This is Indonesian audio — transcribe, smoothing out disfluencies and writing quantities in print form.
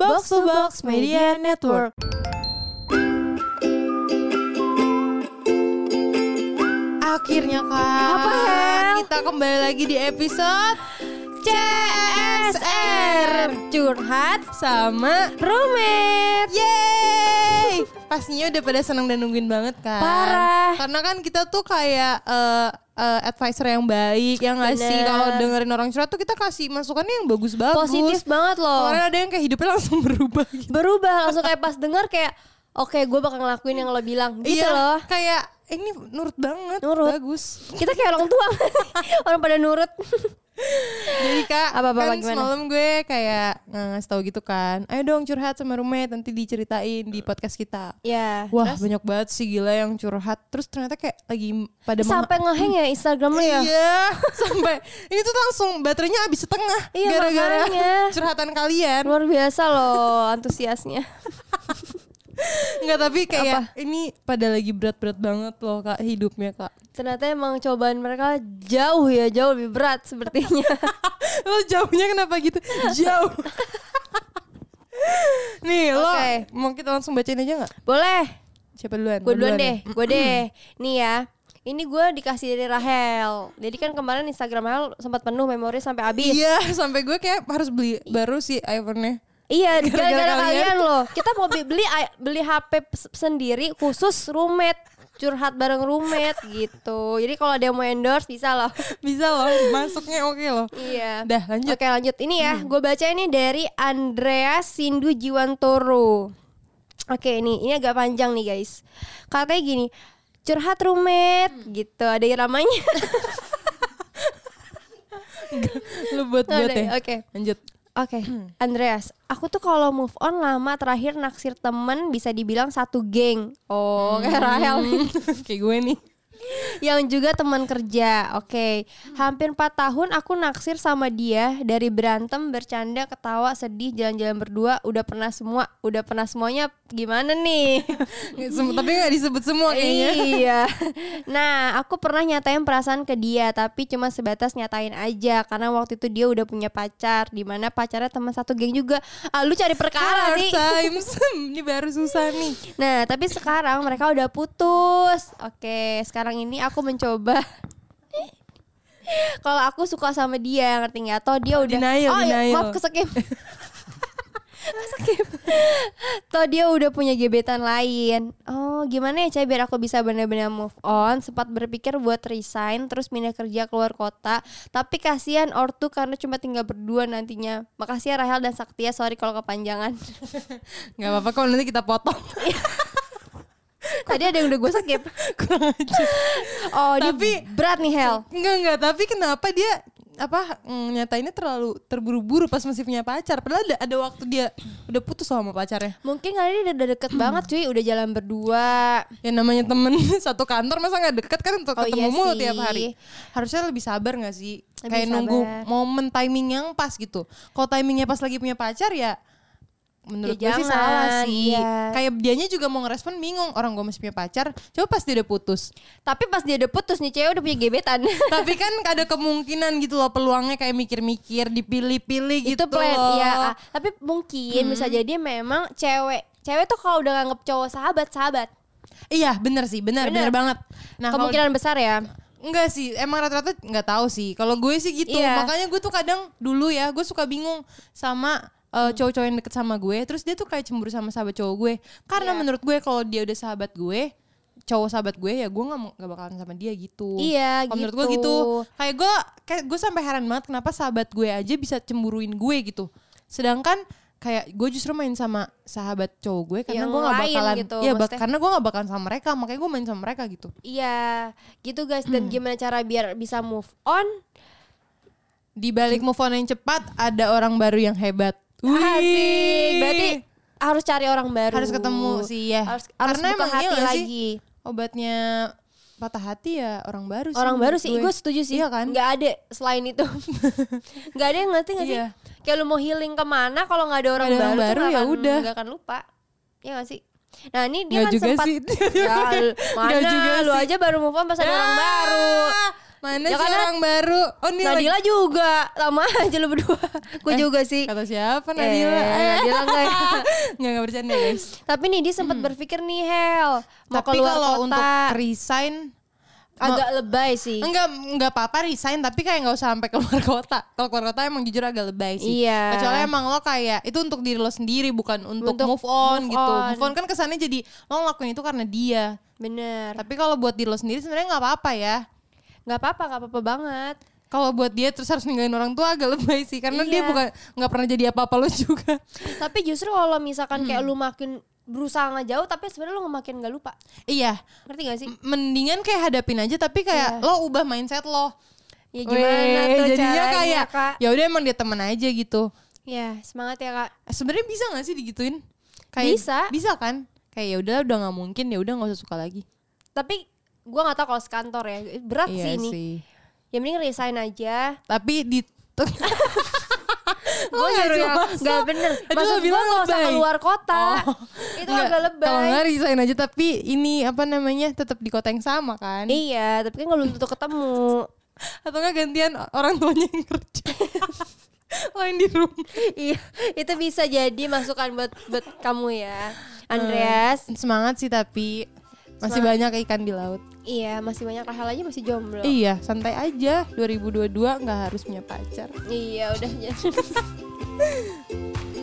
Box to Box Media Network. Akhirnya Kak, apa Hel? kita kembali lagi di episode CSR, curhat sama roommate. Yeay! Pastinya udah pada seneng dan nungguin banget kan. Parah. Karena kan kita tuh kayak advisor yang baik, yang ngasih Bener. kalau dengerin orang curhat tuh kita kasih masukannya yang bagus-bagus. Positif banget loh. Kemarin ada yang kayak hidupnya langsung berubah gitu. Berubah langsung kayak pas denger kayak oke, gue bakal ngelakuin yang lo bilang gitu loh. Kayak ini nurut banget, Nurut. bagus. Kita kayak orang tua. Orang pada nurut. Jadi Kak, Apa-apa, kan gimana? semalam gue kayak ngasih tahu gitu kan, ayo dong curhat sama roommate, nanti diceritain di podcast kita. Ya. Wah terus? banyak banget sih gila yang curhat. Terus ternyata kayak lagi pada Sampai ngehang ya Instagram lo ya. Iya, sampai ini tuh langsung baterainya habis setengah Iya, gara-gara makanya. curhatan kalian. Luar biasa loh antusiasnya. Enggak, tapi kayak ini pada lagi berat-berat banget loh Kak hidupnya Kak. Ternyata emang cobaan mereka jauh lebih berat sepertinya. Lo jauhnya kenapa gitu? Jauh. Nih lo Oke. mau kita langsung bacain aja gak? Boleh. Siapa duluan? Gue Lo duluan ya? deh. Gue deh. Nih ya. Ini gue dikasih dari Rahel. Jadi kan kemarin Instagram Rahel sempat penuh memori sampai habis. Iya, sampai gue kayak harus beli baru sih iPhone-nya. Iya, Gara-gara gara-gara kalian. kalian loh. Kita mau beli HP sendiri khusus roommate, curhat bareng roommate gitu. Jadi kalau ada yang mau endorse bisa loh. Bisa loh, masuknya oke loh. Iya. Dah lanjut. Oke lanjut. Ini ya, gue baca ini dari Andreas Sindu Jiwantoro. Oke, ini agak panjang nih guys. Katanya gini, curhat roommate gitu. Ada iramanya. Lu buat ya. Oke. Lanjut. Oke, Andreas, aku tuh kalau move on lama terakhir naksir temen bisa dibilang satu geng. Oh, kayak Rahel nih. Kayak gue nih. Yang juga teman kerja. Oke, hampir 4 tahun aku naksir sama dia. Dari berantem, bercanda, ketawa, sedih, jalan-jalan berdua. Udah pernah semuanya. Gimana nih? Tapi gak disebut semua kayaknya. Iya. Nah, aku pernah nyatain perasaan ke dia, tapi cuma sebatas nyatain aja karena waktu itu dia udah punya pacar, dimana pacarnya teman satu geng juga. Lu cari perkara Hard sih. times. Ini baru susah nih. Nah, tapi sekarang mereka udah putus. Oke, sekarang ini aku mencoba kalau aku suka sama dia, ngerti nggak? Atau dia udah Denial. maaf kesekip. Toh dia udah punya gebetan lain. Oh, gimana ya Cai biar aku bisa benar-benar move on? Sempat berpikir buat resign terus pindah kerja keluar kota, tapi kasihan ortu karena cuma tinggal berdua nantinya. Makasih ya Rahel dan Saktia, sorry kalau kepanjangan. Gak apa-apa kalau nanti kita potong. Tadi ada yang udah gue skip. Kurang aja. Oh, Tapi- dia berat nih Hel. Enggak, tapi kenapa dia nyatainnya terlalu terburu-buru pas masih punya pacar? Padahal ada waktu dia udah putus sama pacarnya. Mungkin kali ini udah deket banget cuy, udah jalan berdua. Ya namanya temen satu kantor masa gak deket kan untuk Oh, ketemu iya mulu sih. tiap hari. Harusnya lebih sabar gak sih? Lebih Kayak sabar. nunggu momen timing yang pas gitu. Kalau timingnya pas lagi punya pacar ya menurut Ya gue sih jangan, salah sih. iya. Kayak dianya juga mau ngerespon bingung. Orang gue masih punya pacar, coba pas dia udah putus. Tapi pas dia udah putus nih cewek udah punya gebetan. Tapi kan ada kemungkinan gitu loh, peluangnya kayak mikir-mikir, dipilih-pilih gitu Itu plan loh. ya. Tapi mungkin bisa jadi memang cewek tuh kalau udah nganggep cowok sahabat. Iya bener sih, bener banget. Nah kalau Kemungkinan besar ya. enggak sih, emang rata-rata nggak tahu sih. Kalau gue sih gitu, Iya. makanya gue tuh kadang dulu ya, gue suka bingung sama cowok-cowok yang deket sama gue. Terus dia tuh kayak cemburu sama sahabat cowok gue. Karena Iya. menurut gue kalau dia udah sahabat gue, cowok sahabat gue ya gue nggak bakalan sama dia gitu. Iya, Kalau menurut gitu. gue gitu. Kayak gue sampai heran banget kenapa sahabat gue aja bisa cemburuin gue gitu. Sedangkan kayak gue justru main sama sahabat cowok gue karena Yang gue nggak lain bakalan, gitu, ya maksudnya. karena gue nggak bakalan sama mereka, makanya gue main sama mereka gitu. Iya, gitu guys. Dan gimana cara biar bisa move on? Di balik move on yang cepat ada orang baru yang hebat. Asik. Berarti harus cari orang baru. Harus ketemu sih ya. Harus Karena buka emang hati iya gak sih? lagi. Obatnya patah hati ya orang baru sih. Orang baru menurut sih, gue setuju sih. Iya kan? Nggak ada selain itu. Nggak ada yang ngerti nggak sih? Iya. Kayak lu mau healing kemana kalau nggak ada orang Nggak ada orang baru, baru, tuh ya udah. nggak akan lupa. Iya nggak sih? Nah ini dia Nggak kan juga sempat sih. ya, Nggak mana juga lu sih. aja baru move on pas ada orang baru. Mana Ya sih karena orang baru? Oh ini lagi. Nadila juga sama aja lu berdua. Gue juga sih. Kata siapa Nadila? Nadila enggak ya. Nggak bercanda guys. Tapi nih dia sempat berpikir nih Hel mau Tapi keluar kalau kota. untuk resign Agak lebay sih. enggak apa-apa resign, tapi kayak nggak usah sampai keluar kota. Kalau keluar kota emang jujur agak lebay sih. Iya. Kecuali emang lo kayak itu untuk diri lo sendiri, bukan untuk move move on gitu. on. Move on kan kesannya jadi lo ngelakuin itu karena dia. Bener. Tapi kalau buat diri lo sendiri sebenarnya nggak apa-apa ya. Nggak apa-apa banget. Kalau buat dia terus harus ninggalin orang tua agak lebay sih, karena dia Iya. bukan nggak pernah jadi apa-apa lo juga. Tapi justru kalau misalkan kayak lu makin berusaha ngejauh tapi sebenarnya lu makin nggak lupa. Iya. Ngerti gak sih? Mendingan kayak hadapin aja, tapi kayak lo ubah mindset lo. Ya gimana tuh jadinya caranya, kayak Kak? ya udah emang dia teman aja gitu. Ya semangat ya Kak. Sebenarnya bisa nggak sih digituin? Bisa kan? Kayak ya udah nggak mungkin, ya udah nggak usah suka lagi. Tapi gue nggak tahu kalau sekantor ya berat Iya sih ini. Ya mending resign aja. Tapi di Gue nggak bener. Maksud gue nggak usah keluar kota. Itu agak lebay. Kalau nggak resign aja, tapi ini apa namanya tetap di kota yang sama kan? Iya, tapi kan belum tentu ketemu. Atau nggak gantian orang tuanya yang kerja. Lain di rumah. Iya, itu bisa jadi masukan buat kamu ya, Andreas. Semangat sih, tapi masih banyak ikan di laut. Iya, masih banyak hal aja masih jomblo. Iya, santai aja. 2022 nggak harus punya pacar. Iya, udah.